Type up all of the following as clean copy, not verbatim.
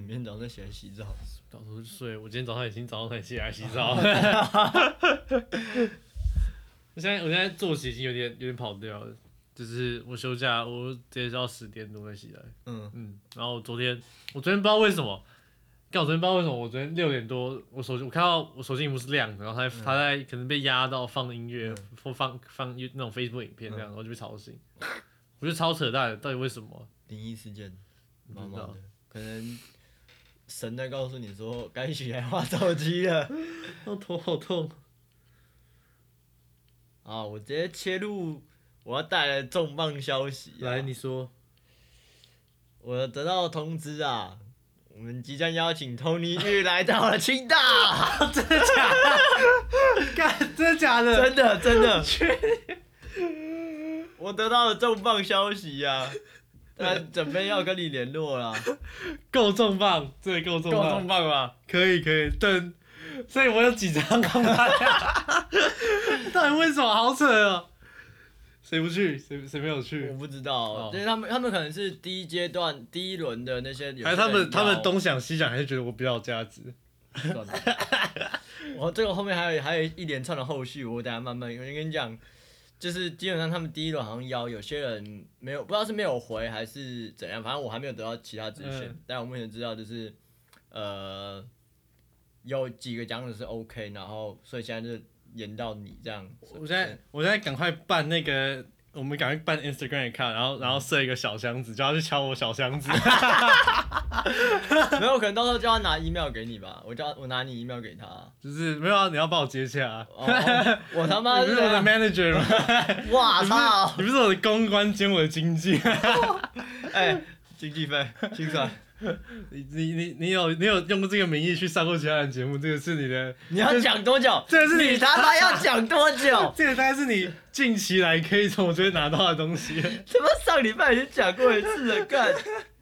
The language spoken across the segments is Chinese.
每天早上起来洗澡？ 早上就睡，我今天早上已经早上才起来洗澡。我现在作息已经有点跑掉了，就是我休假我直接到10点多才起来。然后我昨天不知道为什么。我昨天6点多，我看到我手机屏幕是亮的，然后它在可能被压到放音乐或放那种 Facebook 影片这样，然后就被吵醒。我觉得超扯淡的，到底为什么？ 灵异事件，妈妈的，可能神在告诉你说该起来滑手机了。 我头好痛。 啊！我直接切入我要带来的重磅消息。 来，你说。 我得到通知啊！我们即将邀请 Tony 玉来到了清大。 真的假的？干，真的假的？ 真的。我得到了重磅消息呀！准备要跟你联络啦。 够重磅，这个够重磅。 够重磅吧？ 可以。等，所以我有几张空拍啊？到底为什么？好扯哦！谁不去？谁没有去？ 我不知道，因为他们可能是第一阶段第一轮的那些， 还是他们东想西想，还是觉得我比较有价值。 算了，我这个后面还有一连串的后续，我等下慢慢跟你讲。就是基本上他们第一轮好像有些人没有，不知道是没有回还是怎样，反正我还没有得到其他资讯。但我目前知道就是有几个讲的是 OK， 然后所以现在就延到你这样。 我现在赶快办那个，我们赶快办 Instagram account， 然后设一个小箱子，叫他去敲我小箱子。 没有，可能到时候叫他拿 email 给你吧，我拿你 email 给他。就是没有啊，你要帮我接洽啊。 我他妈你不是我的 manager 吗？ 哇操！ 你不是我的公关兼我的经纪。 经纪费清算。 你有用这个名义去上过其他人节目？这个是你的。 你要讲多久？ 这个是你他妈要讲多久？ 这个大概是你近期来可以从我这边拿到的东西。 他妈上礼拜已经讲过一次了，干。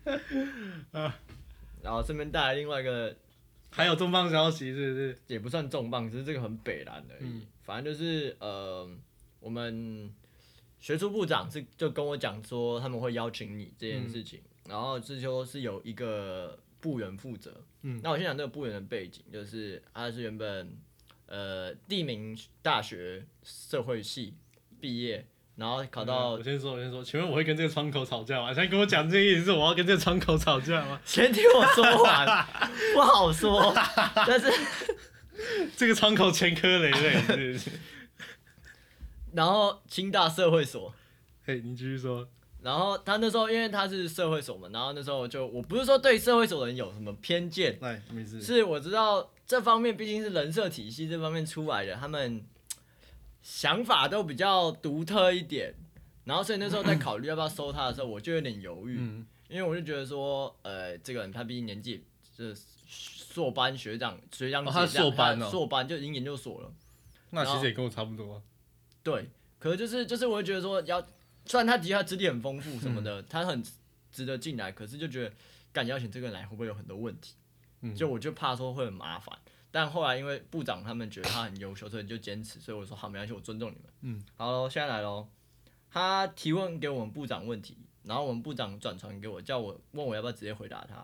然后顺便带来另外一个， 还有重磅消息，是不是？ 也不算重磅，只是这个很北蓝而已。反正就是我们学术部长就跟我讲说他们会邀请你这件事情。然后这就是有一个部员负责，那我先讲这个部员的背景，就是他是原本地名大学社会系毕业，然后考到。 我先说，请问我会跟这个窗口吵架吗？现在跟我讲这个意思是我要跟这个窗口吵架吗？ 先听我说完，不好说，但是这个窗口前科累累，是不是？ 然后清大社会所， 嘿，你继续说。 然后他那时候因为他是社会所嘛，然后那时候我不是说对社会所的人有什么偏见， 没事， 是我知道这方面毕竟是人社体系这方面出来的，他们想法都比较独特一点，然后所以那时候在考虑要不要收他的时候，我就有点犹豫，因为我就觉得说，这个人他毕竟年纪就是硕班学长姐， 他是硕班哦， 硕班就已经研究所了， 那其实也跟我差不多。 对，可是就是我会觉得说虽然他的确资历很丰富什么的，他很值得进来，可是就觉得干邀请这个人来会不会有很多问题？就我就怕说会很麻烦。但后来因为部长他们觉得他很优秀，所以就坚持，所以我说好，没关系，我尊重你们。好咯，现在来咯。他提问给我们部长问题，然后我们部长转传给我，问我要不要直接回答他。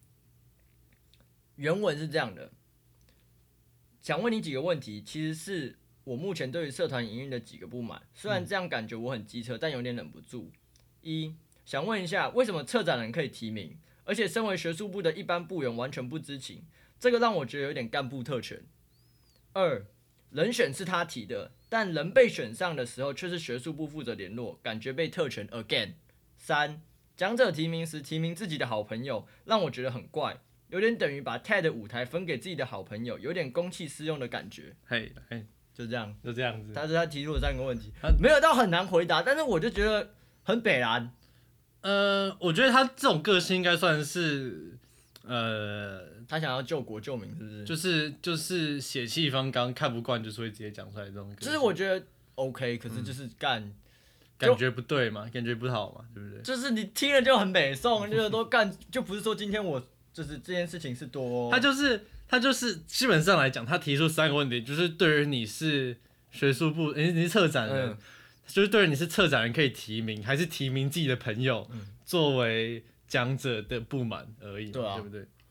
原文是这样的，想问你几个问题，其实是我目前对于社团营运的几个不满，虽然这样感觉我很机车，但有点忍不住。想问一下，为什么策展人可以提名，而且身为学术部的一般部员完全不知情，这个让我觉得有点干部特权。人选是他提的，但人被选上的时候却是学术部负责联络，感觉被特权 again。讲者提名时提名自己的好朋友，让我觉得很怪，有点等于把 TED 的舞台分给自己的好朋友，有点公器私用的感觉。就这样子。 他提出了3个问题，没有到很难回答，但是我就觉得很北蓝。 我觉得他这种个性应该算是， 他想要救国救民，是不是？就是血气方刚，看不惯就是会直接讲出来这种个性。 就是我觉得 OK， 可是就是感觉不对嘛，感觉不好嘛，对不对？ 就是你听了就很北宋，就是都就不是说今天我就是这件事情是多。 他就是基本上来讲，他提出3个问题，就是对于你是学术部，你是策展人，就是对于你是策展人可以提名，还是提名自己的朋友作为讲者的不满而已，对不对？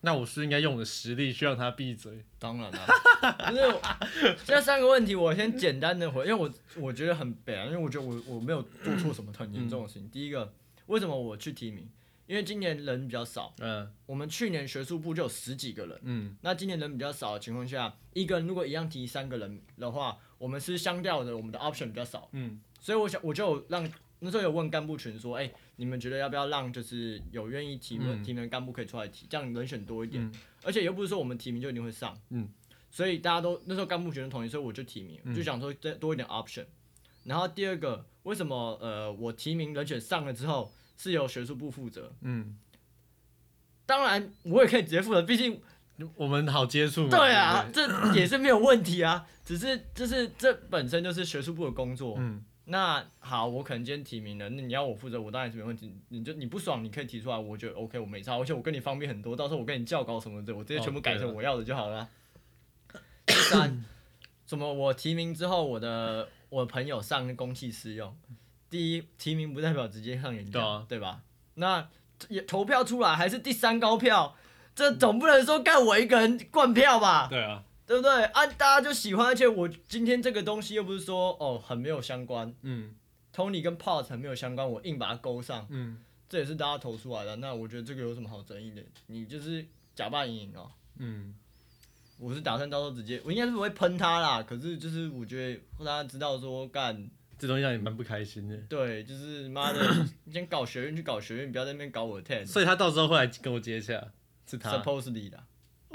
那我是应该用我的实力去让他闭嘴。 当然啦，就是这3个问题，我先简单的回，因为我觉得很北啊，因为我觉得我没有做错什么很严重的事情。第一个，为什么我去提名？因为今年人比较少，我们去年学术部就有10几个人，那今年人比较少的情况下，一个人如果一样提3个人的话，我们是相较的，我们的 option 比较少，所以我就有让那时候有问干部群说，你们觉得要不要让就是有愿意提名的干部可以出来提，这样人选多一点，而且又不是说我们提名就一定会上，所以大家都那时候干部群同意，所以我就提名，就想说再多一点 option。然后第二个，为什么我提名人选上了之后是由学术部负责？当然我也可以直接负责，毕竟我们好接触嘛。 对啊，这也是没有问题啊，只是就是这本身就是学术部的工作。那好，我可能今天提名了，那你要我负责，我当然是没问题。你不爽，你可以提出来，我觉得 OK， 我没差，而且我跟你方便很多，到时候我跟你校稿什么的，我直接全部改成我要的就好了。第三，什么我提名之后，我的朋友上公器私用。第一，提名不代表直接上演讲，对吧？那投票出来还是第3高票，这总不能说干我一个人灌票吧？ 对啊。 对不对？大家就喜欢，而且我今天这个东西又不是说很没有相关，Tony 跟 Pot 很没有相关，我硬把它勾上，这也是大家投出来的。那我觉得这个有什么好争议的？你就是假扮赢哦。我是打算到时候直接，我应该是不会喷他啦，可是就是我觉得让大家知道说干这东西让你蛮不开心的。 对，就是妈的，你先搞学院去搞学院，不要在那边搞我的 10。 所以他到时候会来跟我接洽，是他 supposedly 的。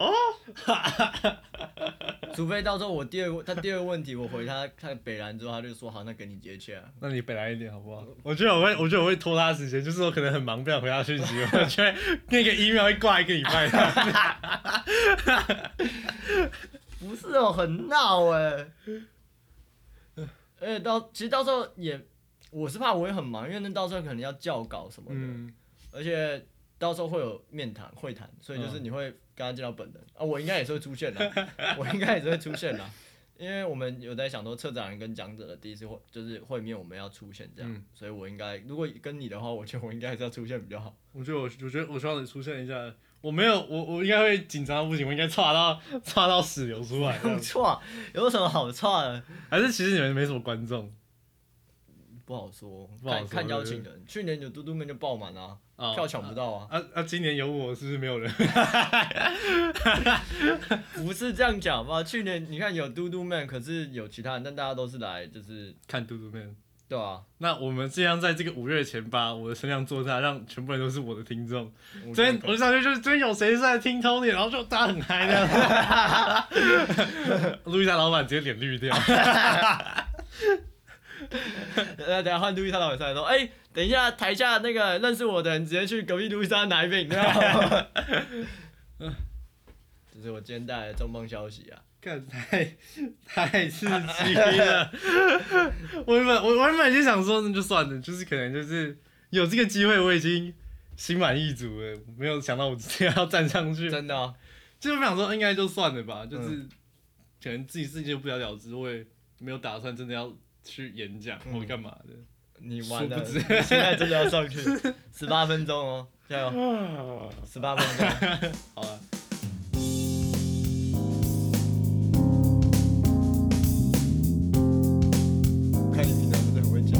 除非到时候他第二个问题我回他北兰之后，他就说好，那跟你接洽。 那你北兰一点好不好？我觉得我会拖他时间，就是我可能很忙，不想回他讯息，我觉得那个 email 会挂1个礼拜。 不是哦，很闹其实到时候我是怕我会很忙，因为那到时候可能要校稿什么的，而且到时候会有会谈，所以就是你会跟他见到本人啊，我应该也是会出现的，因为我们有在想说策展人跟讲者的第一次就是会面我们要出现这样，所以我应该如果跟你的话，我觉得我应该还是要出现比较好。 我觉得我希望你出现一下，我没有我应该会紧张到不行，我应该唰到屎流出来。 唰，有什么好唰的？ 还是其实你们没什么观众？ 不好说，看邀请人。去年有嘟嘟妹就爆满啊，票抢不到啊。 今年有我是不是没有人？ 不是这样讲吧？去年你看有嘟嘟妹，可是有其他人，但大家都是来就是看嘟嘟妹。 对啊。 那我们尽量在这个5月前把我的声量做大，让全部人都是我的听众。昨天我上去就是昨天有谁是在听 Tony， 然后就大家很嗨的。路易莎老板直接脸绿掉。 等下换路易莎老板上来说，等一下台下那个认识我的人直接去隔壁路易莎拿一杯饮料。这是我今天带来的重磅消息啊！ 干太刺激了！我原本就想说那就算了，就是可能就是有这个机会，我已经心满意足了，没有想到我直接要站上去。 真的啊， 就是想说应该就算了吧，就是可能自己就不了了之，我也没有打算真的要去演讲或干嘛的。 你完了，你现在真的要上去，18分钟哦，加油！18分钟， 好了。 看你平常不是很会讲。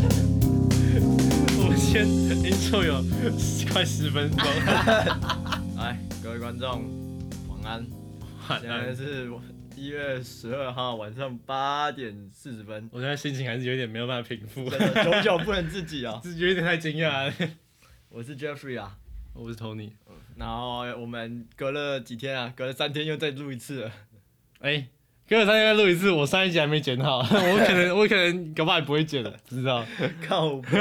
我们先 intro 有快10分钟。 来，各位观众，晚安。现在是1月12号晚上8点40分。 我现在心情还是有点没有办法平复， 真的久不能自己啊， 有点太惊讶了。 我是 Jeffrey 啊， 我是 Tony。 然后我们隔了几天啊，隔了3天又再录一次了。 隔了3天再录一次，我上一集还没剪好，我可能搞不好也不会剪了，不知道。 靠北。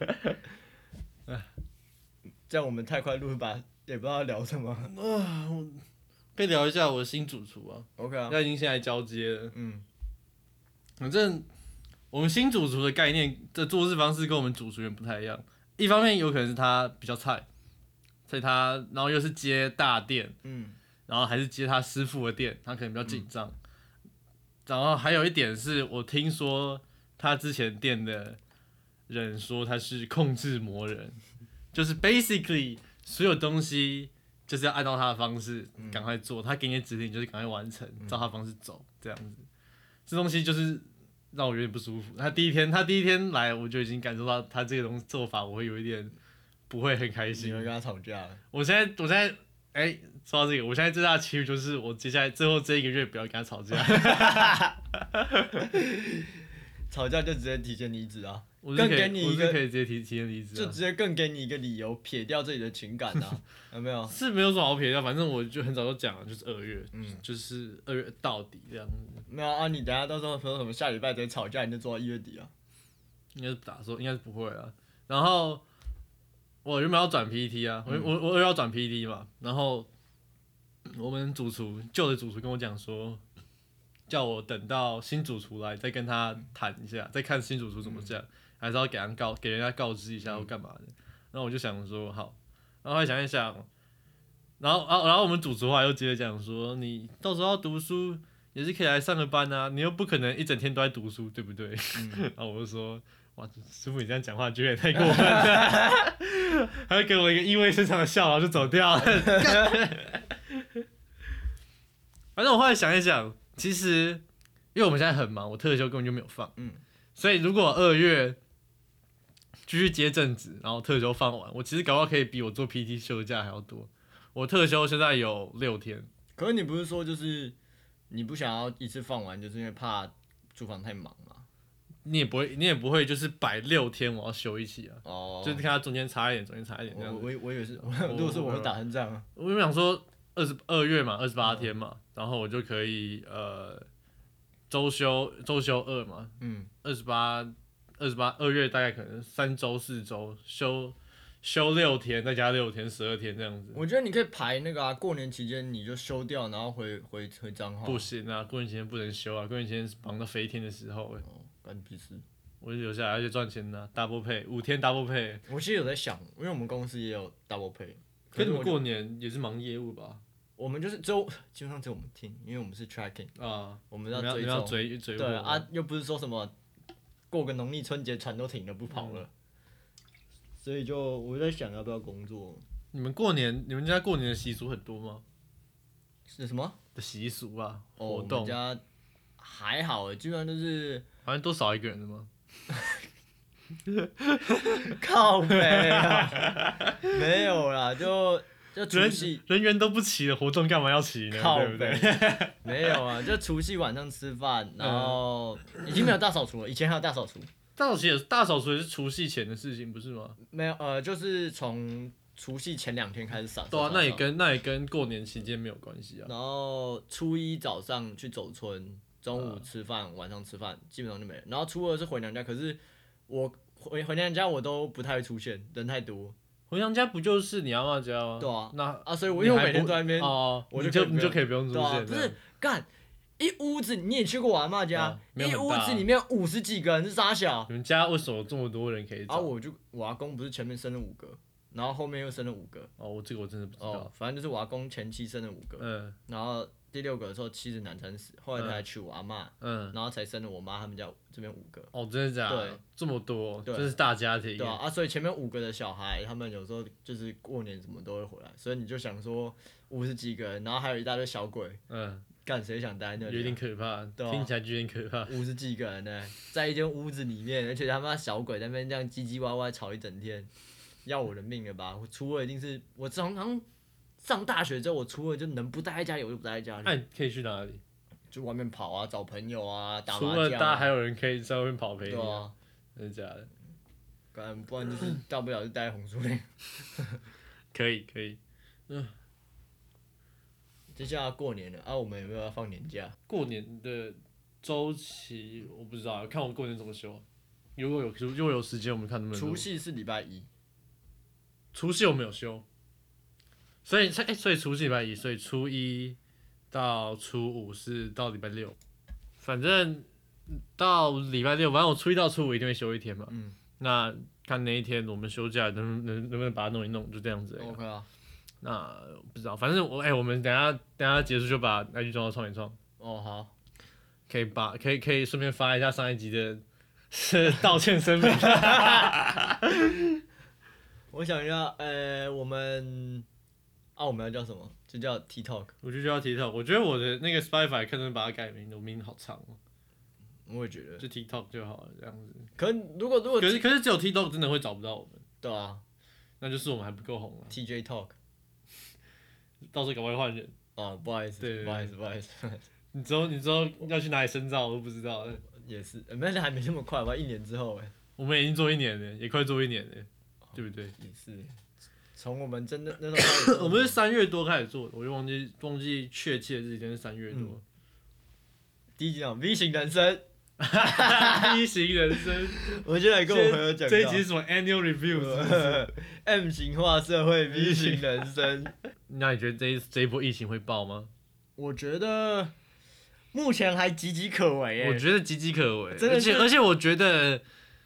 这样我们太快录吧，也不知道聊什么。 可以聊一下我的新主厨啊。 OK 啊。 他已经现在交接了。反正我们新主厨的概念的做事方式跟我们主厨员不太一样。一方面有可能是他比较菜，所以然后又是接大店，然后还是接他师傅的店，他可能比较紧张。然后还有一点是我听说他之前店的人说他是控制魔人，就是 basically 所有东西就是要按照他的方式赶快做，他给你的指令就是赶快完成，照他的方式走这样子。这东西就是让我有点不舒服。他第一天来，我就已经感受到他这个做法，我会有一点不会很开心。 你会跟他吵架了？ 我现在说到这个，我现在最大的期许就是我接下来最后这1个月不要跟他吵架。 吵架就直接提前离职啊！ 我更给你一个可以直接提前离职， 就直接更给你一个理由撇掉自己的情感啊，有没有？ 是没有什么好撇掉，反正我就很早就讲了，就是2月，就是2月到底这样子。 没有啊，你等一下到时候说什么下礼拜直接吵架，你就做到1月底啊？ 应该是应该是不会啊。然后我原本要转 PT 啊，我要转 PT 嘛，然后我们旧的主厨跟我讲说，叫我等到新主厨来再跟他谈一下，再看新主厨怎么讲，还是要给人家告知一下或干嘛的。然后我就想说好，然后后来想一想，然后我们主厨话又接着讲说，你到时候要读书也是可以来上个班啊，你又不可能一整天都在读书，对不对？然后我就说，哇，师傅你这样讲话觉得也太过分了，还会给我一个意味深长的笑，然后就走掉了。反正我后来想一想，其实因为我们现在很忙，我特休根本就没有放，所以如果2月继续接正职，然后特休放完，我其实搞不好可以比我做 PT 休假还要多。我特休现在有6天。 可是你不是说就是你不想要一次放完，就是因为怕厨房太忙吗？ 你也不会就是摆6天我要休一起啊。 哦。 就是看它中间差一点，中间差一点这样子。 我以为是，如果是我会打成这样啊。 我就想说2月嘛，28天嘛，然后我就可以周休2嘛，2月大概可能3周4周休6天，再加6天12天这样子。 我觉得你可以排那个啊，过年期间你就休掉，然后回彰化。 不行啊，过年期间不能休啊，过年期间是忙到飞天的时候。 干屁事！ 我就留下来，而且赚钱的，double pay，5天 double pay。 我其实有在想，因为我们公司也有 double pay。 可是你们过年也是忙业务吧？ 我们就是基本上只有我们听，因为我们是 tracking 啊， 我们要追对啊，又不是说什么过个农历春节船都停了不跑了，所以我在想要不要工作。 你们家过年的习俗很多吗？ 是什么的习俗啊？ 活动？我们家还好，基本上都是好像都少一个人的吗？ 靠北啊，没有啦，就除夕人员都不齐的活动干嘛要齐呢？对不对？ 没有啊，就除夕晚上吃饭，然后已经没有大扫除了，以前还有大扫除。大扫除也是除夕前的事情，不是吗？ 没有，就是从除夕前2天开始扫。 对啊，那也跟过年期间没有关系啊。 然后初1早上去走村，中午吃饭，晚上吃饭，基本上就没了。然后初2是回娘家，可是我回娘家我都不太会出现，人太多。 回娘家不就是你阿嬤家吗？ 对啊。 那所以我因为每天都在那边， 你就可以不用出现。 不是干一屋子，你也去过我阿嬤家，一屋子里面50几个人是啥小？ 你们家为什么这么多人可以找？ 我阿公不是前面生了5个，然后后面又生了5个。 这个我真的不知道。 反正就是我阿公前妻生了5个，然后第6个的时候妻子难产死，后来他才娶我阿嬤，然后才生了我妈他们家这边5个。 真的假的？对，这么多，这是大家庭。 对啊，所以前面5个的小孩，他们有时候就是过年什么都会回来，所以你就想说50几个人，然后还有一大堆小鬼，干谁想待在那里？ 有点可怕，听起来就有点可怕。 50几个人呢，在一间屋子里面，而且他妈小鬼在那边这样唧唧歪歪吵一整天，要我的命了吧？我初2一定是我从上大学之后，我初2就能不待在家里我就不待在家里。 那你可以去哪里？ 就外面跑啊，找朋友啊，打麻将。 初 2大家还有人可以在外面跑陪你。 对啊， 真的假的？ 不然就是大不了就待在红树林。 可以。 接下来过年了啊，我们有没有要放年假？ 过年的周期我不知道，看我过年怎么休。如果有时间，我们看能不能。 除夕是礼拜1。 除夕我们有休，所以除夕礼拜1，所以初1到初5是到礼拜6，反正到礼拜6，反正我初1到初5一定会休1天嘛。那看那一天我们休假能不能把它弄一弄，就这样子。 OK 啊。 那不知道，反正我们等下结束就把 IG 装到创一创。 好。 可以顺便发一下上一集的道歉声明。 我想一下，我们啊，我们要叫什么？就叫 TikTok。 我就叫 TikTok。我觉得我的那个 Spotify 可能把它改名，我名好长哦。 我也觉得， 就 TikTok 就好了，这样子。 可是如果可是只有 TikTok 真的会找不到我们。 对啊， 那就是我们还不够红啊。 TJ Talk。 到时候赶快换人。 哦，不好意思， 对不好意思，不好意思。 你之后要去哪里深造，我都不知道。 也是，但是还没那么快吧？1年之后我们已经做1年了，也快做1年了，对不对？ 也是。从我们真的那时候， 我们是3月多开始做的，我就忘记确切的日期，是3月多。 第一集讲 V 型人生。 V 型人生， 我就来跟我朋友讲， 这一集是什么 annual review 是不是 ？M 型化社会 ，V 型人生。 那你觉得这一波疫情会爆吗？ 我觉得目前还岌岌可危。 我觉得岌岌可危， 而且我觉得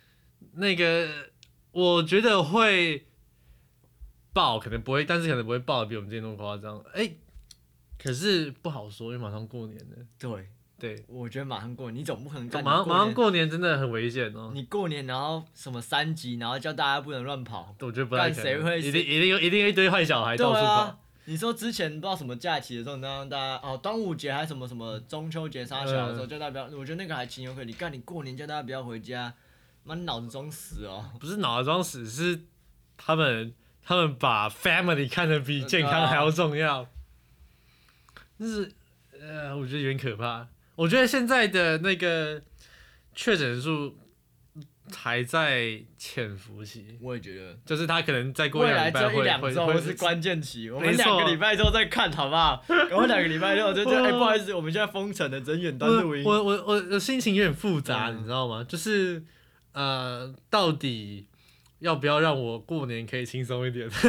我觉得会爆，可能不会，但是可能不会爆的比我们之前那么夸张。可是不好说，因为马上过年了。对， 我觉得马上过年，你总不可能干马上过年真的很危险哦。 你过年然后什么3级，然后叫大家不能乱跑， 我觉得不太可能。 谁会？ 一定一堆坏小孩到处跑。 你说之前不知道什么假期的时候，让大家端午节还是什么中秋节杀小的时候，叫大家不要，我觉得那个还情有可原。你过年叫大家不要回家，妈你脑子装死哦！ 不是脑子装死，是他们把 family 看得比健康还要重要。就是我觉得有点可怕。我觉得现在的那个确诊数还在潜伏期。 我也觉得， 就是他可能再过2礼拜 2周是关键期，我们2个礼拜之后再看好不好？然后2个礼拜之后就不好意思，我们现在封城了，整远端录音。 我心情有点复杂，你知道吗？就是到底要不要让我过年可以轻松一点？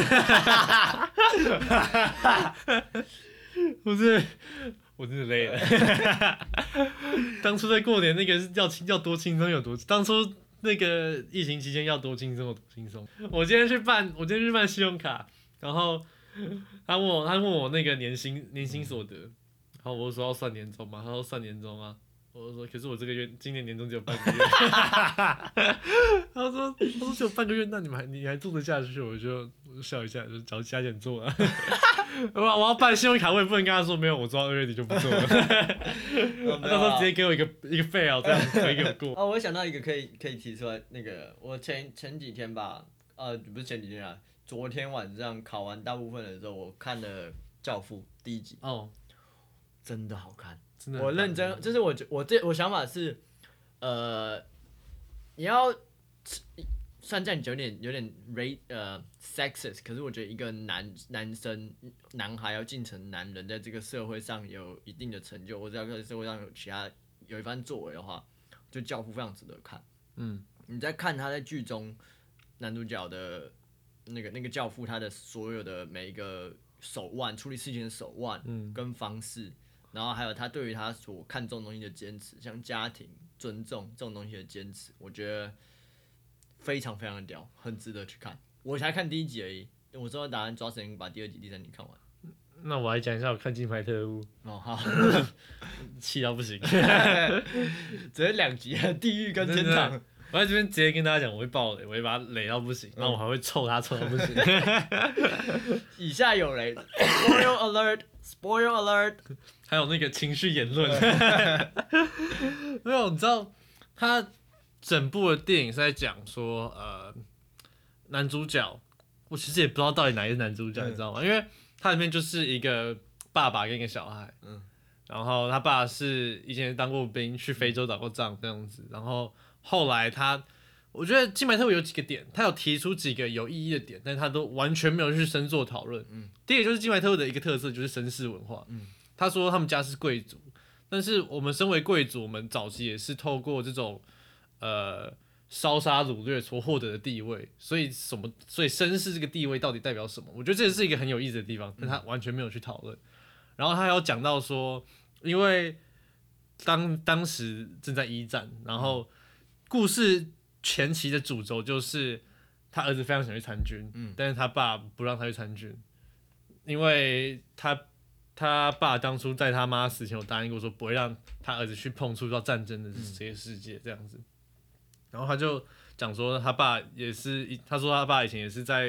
我真的累了。当初在过年那个要多轻松有多，当初那个疫情期间要多轻松有多轻松。我今天去办信用卡，然后他问我那个年薪所得，然后我就说要算年终嘛，他说算年终啊。我就说，可是我今年年终只有半个月。他说只有半个月，那你还做得下去？我就笑一下，就找加减做啊。我要办信用卡，我也不能跟他说没有，我做到2月底就不做了。到时候直接给我一个 fail， 这样子可以给我过。 我想到一个可以提出来，那个我前几天吧，不是前几天啊，昨天晚上考完大部分的时候，我看了《教父》第1集。真的好看。我认真，就是我想法是，你要算这样有点sexist， 可是我觉得一个男孩要进成男人，在这个社会上有一定的成就，或者在社会上有一番作为的话，就教父非常值得看。你在看他在剧中男主角的那个教父，他的所有的每一个手腕，处理事情的手腕跟方式。然后还有他对于他所看重的东西的坚持，像家庭、尊重这种东西的坚持，我觉得非常非常的屌，很值得去看。我才看第1集而已，我之后打算抓时间把第2集、第3集看完。 那我来讲一下我看《金牌特务》。 好。 气到不行。 只是2集，地狱跟天堂。 我在这边直接跟大家讲，我会爆雷，我会把他雷到不行，然后我还会臭他臭到不行。 以下有雷 ，spoiler alert。 还有那个情绪言论。没有，你知道他整部的电影是在讲说，男主角，我其实也不知道到底哪一个是男主角，你知道吗？因为他里面就是一个爸爸跟一个小孩，然后他爸是以前当过兵，去非洲打过仗这样子，然后后来我觉得金牌特务有几个点，他有提出几个有意义的点，但是他都完全没有去深做讨论。第一个就是金牌特务的一个特色就是绅士文化。他说他们家是贵族，但是我们身为贵族，我们早期也是透过这种烧杀掳掠所获得的地位，所以绅士这个地位到底代表什么？我觉得这也是一个很有意思的地方，但他完全没有去讨论。然后他还有讲到说，因为当时正在1战，然后故事前期的主轴就是他儿子非常想去参军，但是他爸不让他去参军，因为他爸当初在他妈死前有答应过说不会让他儿子去碰触到战争的这些世界这样子，然后他就讲说他爸也是，他说他爸以前也是在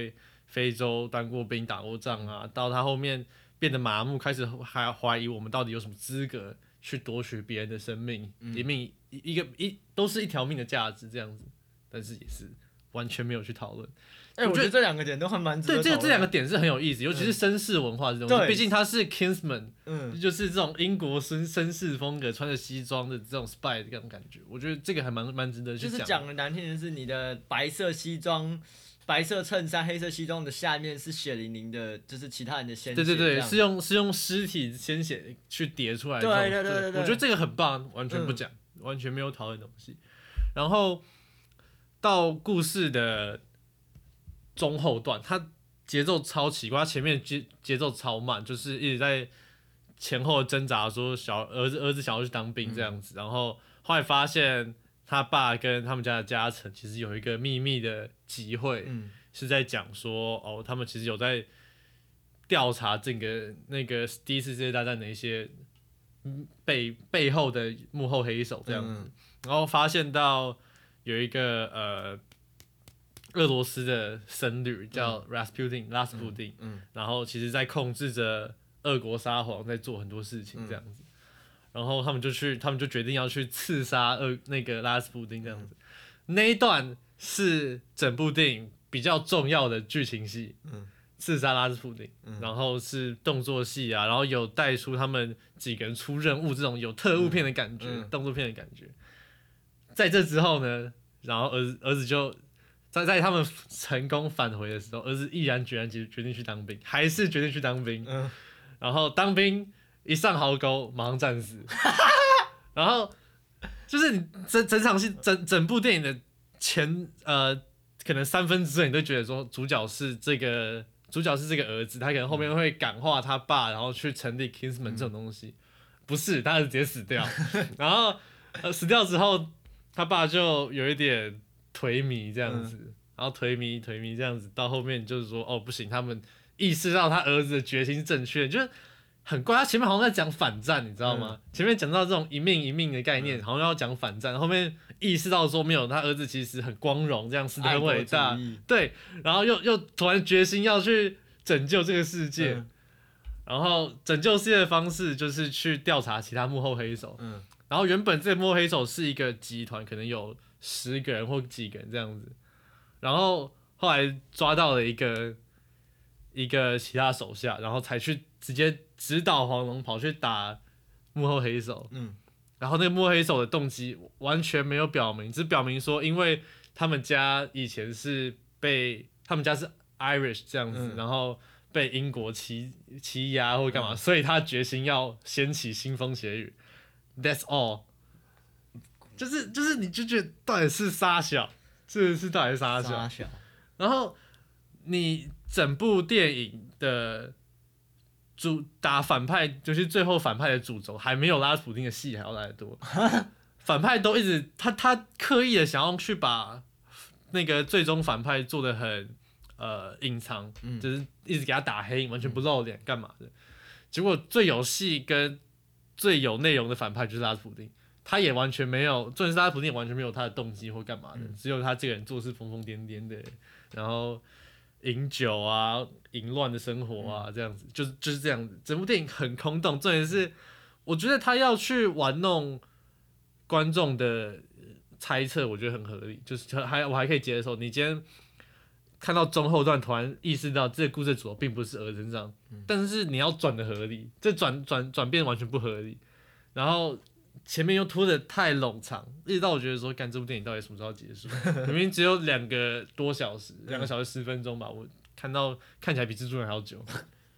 非洲当过兵、打过仗啊，到他后面变得麻木，开始还怀疑我们到底有什么资格去夺取别人的生命，都是一条命的价值这样子，但是也是完全没有去讨论。 我觉得这2个点都还蛮值得讨论。 对，这2个点是很有意思，尤其是绅士文化这种东西，毕竟他是 Kingsman，就是这种英国绅士风格，穿着西装的这种 spy 的这种感觉，我觉得这个还蛮值得去讲。 就是讲的难听的是，你的白色西装、白色衬衫、黑色西装的下面是血淋淋的，就是其他人的鲜血。 对，是用尸体鲜血去叠出来的。对，我觉得这个很棒，完全不讲，完全没有讨论的东西。然后到故事的中后段，它节奏超奇怪，它前面节奏超慢，就是一直在前后挣扎，说儿子想要去当兵这样子，然后后来发现他爸跟他们家的家臣其实有一个秘密的集会，是在讲说他们其实有在调查整个那个第一次世界大战的一些背后的幕后黑手这样子，然后发现到有一个俄罗斯的僧侣叫 Rasputin，然后其实在控制着俄国沙皇，在做很多事情这样子，然后他们就决定要去刺杀那个拉斯普丁这样子，那一段是整部电影比较重要的剧情戏，刺杀拉斯普丁，然后是动作戏啊，然后有带出他们几个人出任务这种有特务片的感觉，动作片的感觉，在这之后呢，然后儿子就。在他们成功返回的时候，儿子毅然决然决定去当兵，还是决定去当兵。然后当兵一上壕沟，马上战死。然后就是你整场戏整部电影的可能2/3你都觉得说主角是这个儿子，他可能后面会感化他爸，然后去成立 Kingsman 这种东西。不是，他儿子直接死掉。然后死掉之后，他爸就有一点颓靡这样子，然后颓靡这样子，到后面就是说不行，他们意识到他儿子的决心是正确的，就是很怪。他前面好像在讲反战，你知道吗？前面讲到这种一命一命的概念，好像要讲反战，后面意识到说没有，他儿子其实很光荣，这样死得很伟大，对，然后又突然决心要去拯救这个世界，然后拯救世界的方式就是去调查其他幕后黑手，然后原本这个幕后黑手是一个集团，可能有10个人或几个人这样子，然后后来抓到了一个其他手下，然后才去直接指导黄龙跑去打幕后黑手，然后那个幕后黑手的动机完全没有表明，只表明说因为他们家以前他们家是 Irish 这样子，然后被英国欺压或干嘛，所以他决心要掀起腥风血雨。That's all。就是你就觉得到底是杀小，这是到底是杀小，然后你整部电影的打反派，就是最后反派的主轴还没有拉斯普丁的戏还要来得多，反派都一直他刻意的想要去把那个最终反派做得很隐藏，就是一直给他打黑，完全不露脸干嘛的，结果最有戏跟最有内容的反派就是拉斯普丁。他也完全没有，重点是拉斯普丁也完全没有他的动机或干嘛的，只有他这个人做事疯疯癫癫的，然后饮酒啊、淫乱的生活啊，这样子，就是这样子。整部电影很空洞，重点是我觉得他要去玩弄观众的猜测，我觉得很合理，就是我还可以接受。你今天看到中后段，突然意识到这个故事主轴并不是儿子身上，但是你要转的合理，这转变完全不合理，然后。前面又拖得太冗长，一直到我觉得说，干这部电影到底什么时候结束？明明只有2个多小时，2个小时10分钟吧，我看起来比蜘蛛人还要久。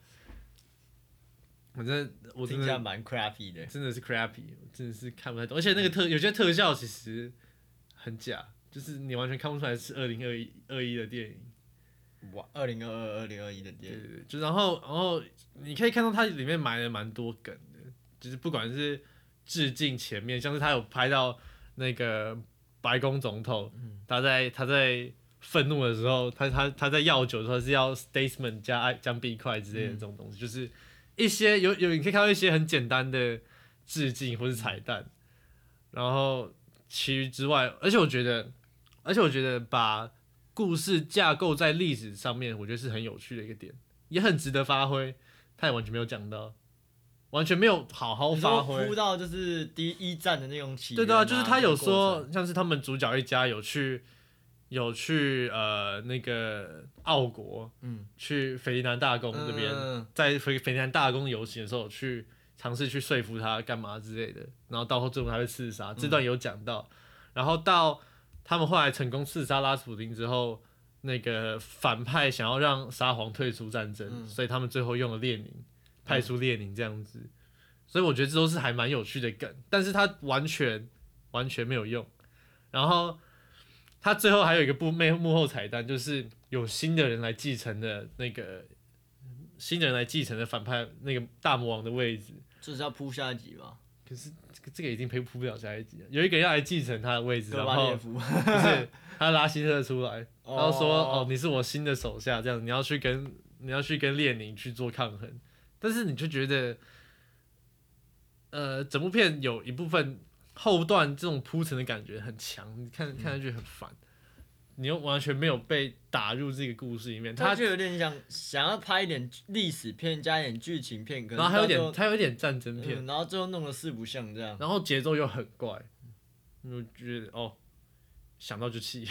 我听起来蛮 crappy 的， 真的是 crappy， 真的是看不太懂。而且那个有些特效其实很假，就是你完全看不出来是2021的电影。 哇，2022、2021的电影。 对，就然后你可以看到它里面埋了蛮多梗的，就是不管是。致敬前面，像是他有拍到那个白宫总统，他在愤怒的时候，他在药酒的时候是要 Statesman 加碧块之类的这种东西，就是一些有你可以看到一些很简单的致敬或是彩蛋，然后其余之外，而且我觉得把故事架构在历史上面，我觉得是很有趣的一个点，也很值得发挥。他也完全没有讲到，完全没有好好发挥。 铺到就是第一战的那种起源、 对啊，就是他有说，像是他们主角一家有去那个奥国，去斐迪南大公这边，在斐迪南大公游行的时候去尝试去说服他干嘛之类的，然后到最后他被刺杀，这段有讲到。然后到他们后来成功刺杀拉斯普丁之后，那个反派想要让沙皇退出战争，所以他们最后用了列宁，派出列宁这样子。所以我觉得这都是还蛮有趣的梗，但是他完全没有用。然后他最后还有一个幕后彩蛋，就是有新的人来继承的反派那个大魔王的位置， 这是要铺下一集吧？ 可是这个已经铺不了下一集了。有一个人要来继承他的位置， 戈巴列夫不是他拉希特出来，然后说你是我新的手下，这样你要去跟列宁去做抗衡，但是你就觉得整部片有一部分后段这种铺陈的感觉很强，你看下去很烦。你又完全没有被打入这个故事里面， 他就有点想要拍一点历史片加一点剧情片， 然后还有点战争片， 然后最后弄得四不像这样， 然后节奏又很怪，我觉得想到就气。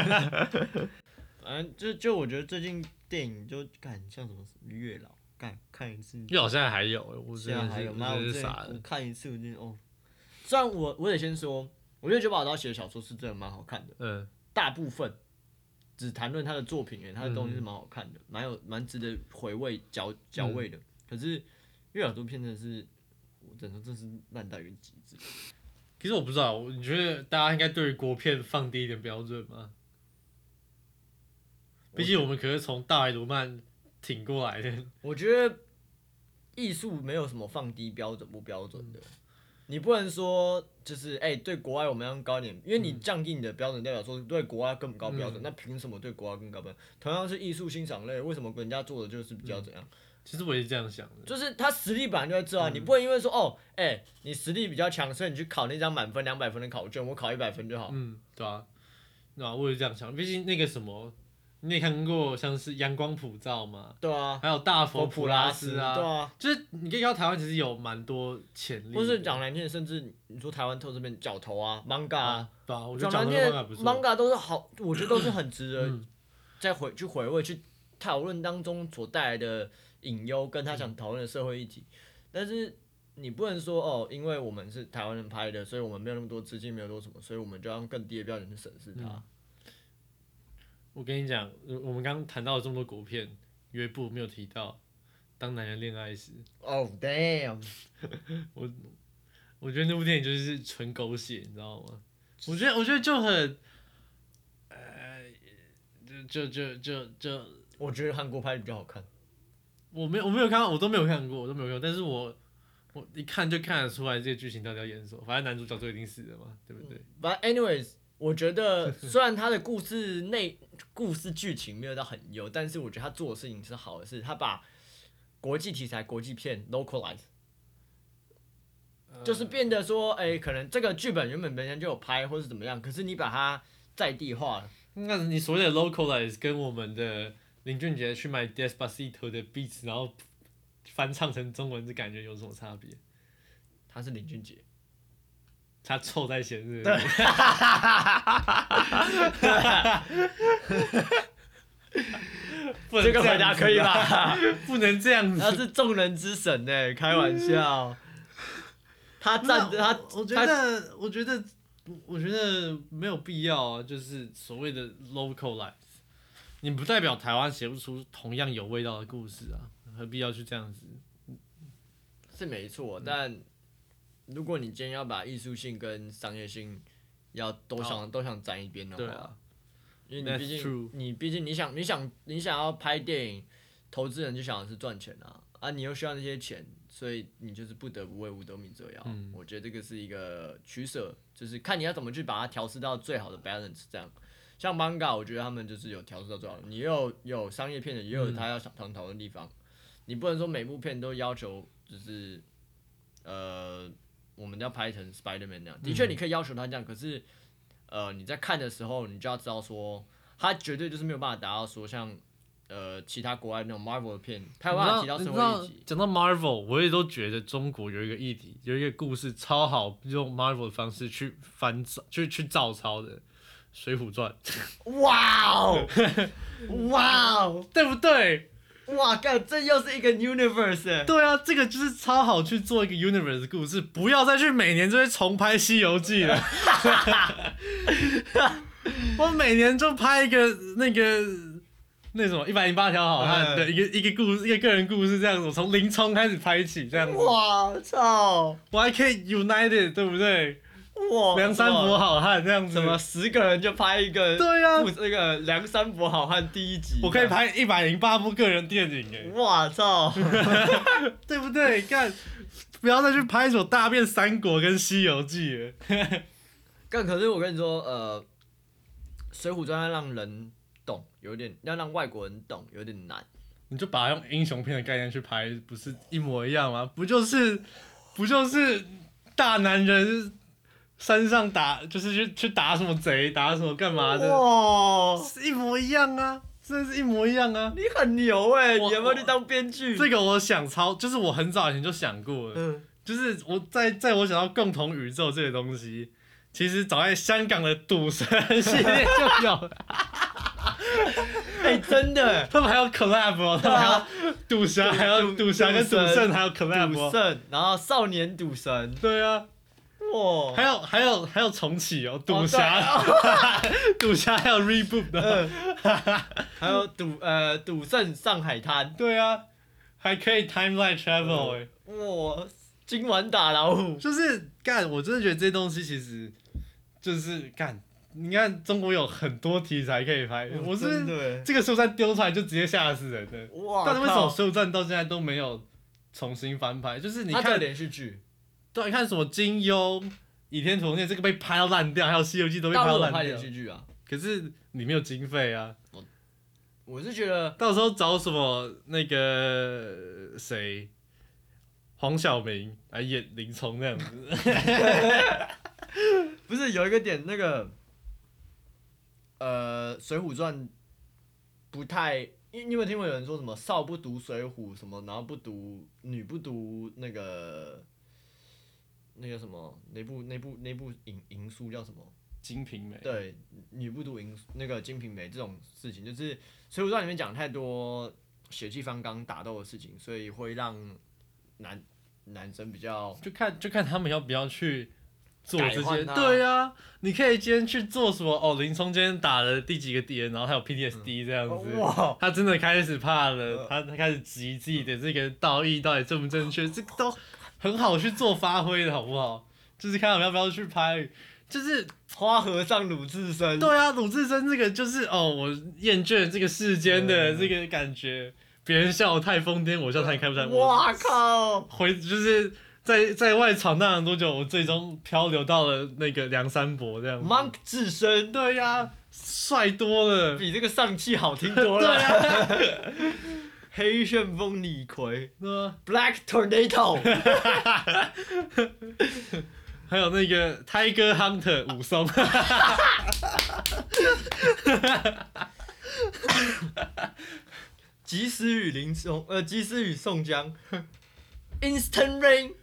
反正就我觉得最近电影就像什么月老，看一次。 月老现在还有，我真的是妈， 我傻我看一次我就虽然我得先说，我觉得九把刀写的小说是真的蛮好看的，大部分只谈论他的作品，他的东西是蛮好看的，蛮值得回味嚼味的。可是月老这部片真的是，我只能说真是烂到一个极致。 其实我不知道，你觉得大家应该对于国片放低一点标准吗？毕竟我们可是从大海卢曼挺过来的。 我觉得艺术没有什么放低标准不标准的。你不能说就是对国外我们要高一点，因为你降低你的标准，代表说对国外更高标准，那凭什么对国外更高标准？同样是艺术欣赏类，为什么人家做的就是比较怎样？ 其实我也是这样想的， 就是他实力本来就在这啊，你不能因为说你实力比较强，所以你去考那张满分200分的考卷，我考100分就好。 对啊，我也是这样想，毕竟那个什么。你也看过像是阳光普照嘛？ 对啊， 还有大佛普拉斯啊， 对啊， 就是你可以看到台湾其实有蛮多潜力， 或是讲难听的，甚至你说台湾透这边角头啊，manga 啊， 对啊，我觉得讲难听的 manga 都是好，我觉得都是很值得再去回味、去讨论当中所带来的隐忧，跟他想讨论的社会议题。但是你不能说因为我们是台湾人拍的，所以我们没有那么多资金，没有多什么，所以我们就要用更低的标准去审视它。 我跟你讲，我们刚刚谈到了这么多国片，有一部没有提到，《当男人恋爱时》。 damn！ 我觉得那部电影就是纯狗血，你知道吗？我觉得就很，就， 我觉得韩国拍的比较好看。 我没有看到，我都没有看过，但是我一看就看得出来这些剧情到底要演什么，反正男主角就一定死了嘛，对不对 ？But anyways。我觉得虽然他的故事剧情没有到很优，但是我觉得他做的事情是好的，是他把国际题材、国际片 localize，就是变得说，可能这个剧本原本本身就有拍，或是怎么样，可是你把它在地化了。 那你所谓的 localize 跟我们的林俊杰去买 Despacito 的 beats， 然后翻唱成中文，这感觉有什么差别？ 他是林俊杰。 他臭在先是。 对。这个回答可以吧？ 不能这样子。 他是众人之神开玩笑。他站着他， 我觉得没有必要啊，就是所谓的 localize， 你不代表台湾写不出同样有味道的故事啊，何必要去这样子？ 是没错，但。如果你今天要把艺术性跟商业性都想沾一边的话， 对啊， 因为你毕竟你想要拍电影，投资人就想的是赚钱啊，你又需要那些钱，所以你就是不得不为五斗米折腰。我觉得这个是一个取舍，就是看你要怎么去把它调试到最好的 balance。这样，像 manga， 我觉得他们就是有调试到最好的，你又有商业片的，也有他要想讨论的地方，你不能说每部片都要求就是我们要拍成 Spider-Man 那样，的确你可以要求他这样，可是你在看的时候，你就要知道说， 他绝对就是没有办法达到说像其他国外那种 Marvel 的片，他有办法提到社会议题。 讲到 Marvel， 我也都觉得中国有一个议题，有一个故事超好用 Marvel 的方式去去照抄的，《水浒传》。 哇哦，哇哦， 对不对？ 哇，干，这又是一个 universe。 对啊，这个就是超好去做一个 universe 的故事，不要再去每年就会重拍《西游记》了。我每年就拍一个那什么108条好汉的一个故事，一个个人故事这样子，我从林冲开始拍起这样子。 哇操！ 我还可以 united， 对不对？ 哇， 梁山伯好汉这样子， 什么10个人就拍一个？ 对啊， 那个梁山伯好汉第1集， 我可以拍108部个人电影哎！ 哇操， 对不对？干，不要再去拍什么大变三国跟西游记了。 干，可是我跟你说，水浒传要让人懂，有点要让外国人懂，有点难。 你就把它用英雄片的概念去拍，不是一模一样吗？不就是大男人山上打，就是去打什么贼，打什么干嘛的？ 哇， 是一模一样啊，真的是一模一样啊！ 你很牛哎、你有没有去当编剧？ 这个我想就是我很早以前就想过了，就是我在我想到共同宇宙这个东西，其实早在香港的赌神系列就有了。 哎、真的， 他们还有 collab 哦，他们还有赌侠，还有赌侠跟赌圣还有 collab 赌圣，然后少年赌神， 对啊， 哇， 还有重启哦，赌侠，赌侠还有 reboot 的， 还有赌圣上海滩， 对啊，还可以 timeline travel 哎， 哇，今晚打老虎， 就是干，我真的觉得这些东西其实就是干。你看中国有很多题材可以拍，我是这个《水浒传》丢出来就直接吓死人的。哇！但是为什么《水浒传》到现在都没有重新翻拍？就是你看连续剧， 对，你看什么金庸、倚天屠龙记这个被拍到烂掉，还有《西游记》都被拍到烂掉。 拍连续剧啊， 可是你没有经费啊。 我是觉得到时候找什么那个谁，黄晓明来演林冲那样子。 不是有一个点那个。《水浒传》不太，你有没有听过有人说什么少不读水浒什么，然后女不读那个什么那部淫书叫什么？ 金瓶梅。对， 女不读那个金瓶梅这种事情，就是《水浒传》里面讲太多血气方刚打斗的事情，所以会让男生比较就看他们要不要去。做这些，对啊，你可以今天去做什么？哦，林冲今天打了第几个敌人，然后他有 PTSD 这样子，哇，他真的开始怕了，他开始质疑自己的这个道义到底正不正确，这都很好去做发挥的好不好？就是看我们要不要去拍，就是花和尚鲁智深， 对啊，鲁智深这个就是我厌倦这个世间的这个感觉，别人笑我太疯癫，我笑他也开不出来， 哇靠， 就是。在外闯荡了多久？我最终漂流到了那个梁山伯这样。 Monk 智深， 对呀，帅多了， 比这个上气好听多了。对啊，黑旋风李逵，Black Tornado， 还有那个 Tiger Hunter 武松。 及时雨宋江。Instant Rain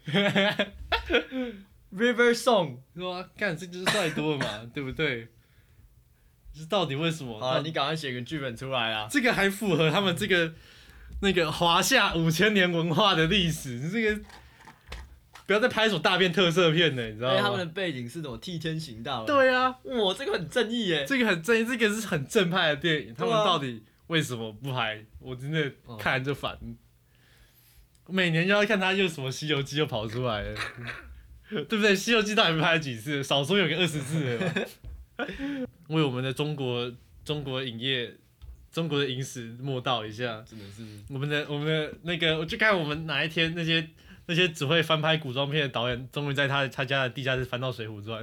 River Song， 说干这就是帅多了嘛，对不对？是到底为什么？ 啊，你赶快写个剧本出来啊！ 这个还符合他们这个那个华夏5000年文化的历史，这个不要再拍一首大片特色片了，你知道吗？ 他们的背景是什么替天行道？ 对啊， 哇，这个很正义耶！ 这个很正义，这个是很正派的电影，他们到底为什么不拍？我真的看就烦。每年就要看他又什么《西游记》又跑出来了，对不对？《西游记》到底拍了几次？少说有个20次了吧。为我们的中国影业、中国的影史默祷一下， 真的是我们的那个，我就看我们哪一天那些只会翻拍古装片的导演，终于在他家的地下室翻到《水浒传》。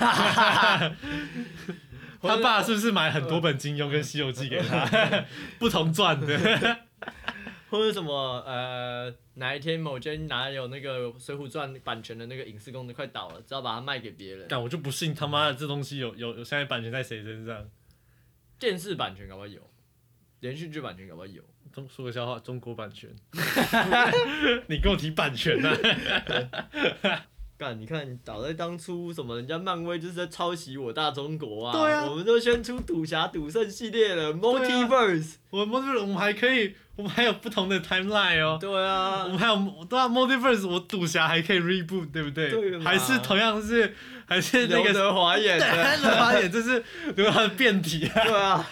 他爸是不是买很多本金庸跟《西游记》给他，不同传的？ 或者什么哪一天某间哪有那个《水浒传》版权的那个影视公司快倒了，只要把它卖给别人。 但我就不信他妈的这东西有现在版权在谁身上？ 电视版权搞不好有，连续剧版权搞不好有。 说个笑话，中国版权，你跟我提版权呢、啊？ 干，你看，早在当初什么人家漫威就是在抄袭我大中国啊， 对啊， 我们都先出赌侠赌圣系列了 ，Multiverse， 我们还可以，我们还有不同的 timeline 哦。 对啊， 我们还有对啊 Multiverse， 我赌侠还可以 reboot， 对不对？ 对， 还是同样是，还是那个刘德华演的， 刘德华演，这是刘德华的变体啊。 对啊，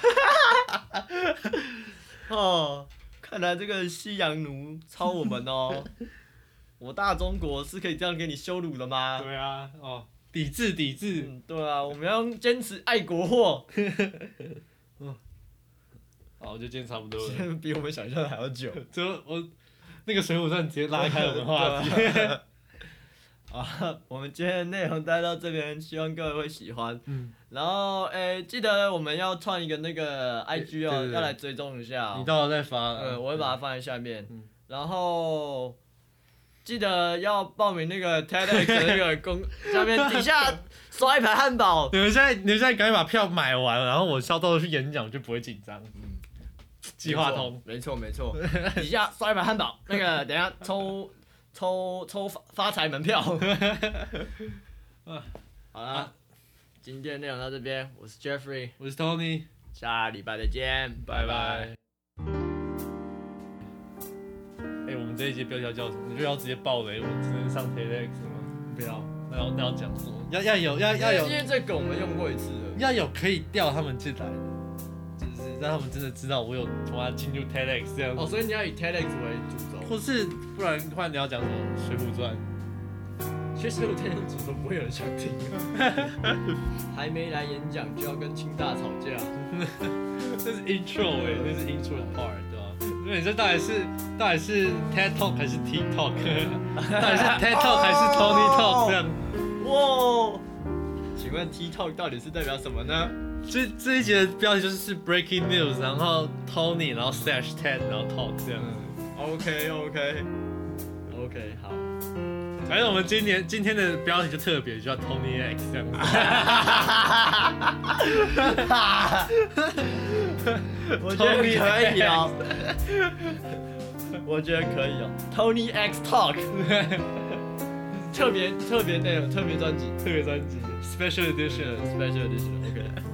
哦，看来这个西洋奴抄我们哦。我大中国是可以这样给你羞辱的吗？ 对啊，哦，抵制。 对啊，我们要坚持爱国货。 好，我觉得今天差不多了。 比我们想象的还要久。 就我那个水浒传直接拉开我们话题。 啊，我们今天的内容带到这边，希望各位会喜欢。然后记得我们要创一个那个 IG 哦，要来追踪一下。 你到时候再发。 我会把它放在下面。然后。记得要报名那个 TEDx 的那个下面底下刷一排汉堡。 你们现在赶紧把票买完，然后我到时候去演讲就不会紧张。计划通。 没错。底下刷一排汉堡，那个等一下抽发财门票。好了，今天的内容到这边，我是 Jeffrey， 我是 Tony， 下礼拜再见，拜拜。 我们这一节标题要叫什么？你就要直接爆雷，我只能上 TEDx 吗？ 不要， 那要讲什么？要有， 因为这个我们用过一次了。 要有可以调他们进来的，就是让他们真的知道我有他妈进入 TEDx 这样子。 所以你要以 TEDx 为主轴， 或是不然你要讲什么《水浒传》？ 其实我 TEDx 主轴不会有人想听。还没来演讲就要跟清大吵架， 这是 intro 那是 intro 的 part 对吧？因为你这到底是 TED Talk 还是 TikTok？ 到底是 TED Talk 还是 Tony Talk 这样？ 哇！请问 TikTok 到底是代表什么呢？ 这一节的标题就是 Breaking News， 然后 Tony， 然后 slash TED， 然后 Talk 这样。OK， 好。 反正我们今天的标题就特别，就叫 Tony X 这样子。 我觉得可以哦。我觉得可以哦。Tony X Talk， 特别内容，特别专辑， Special Edition， OK。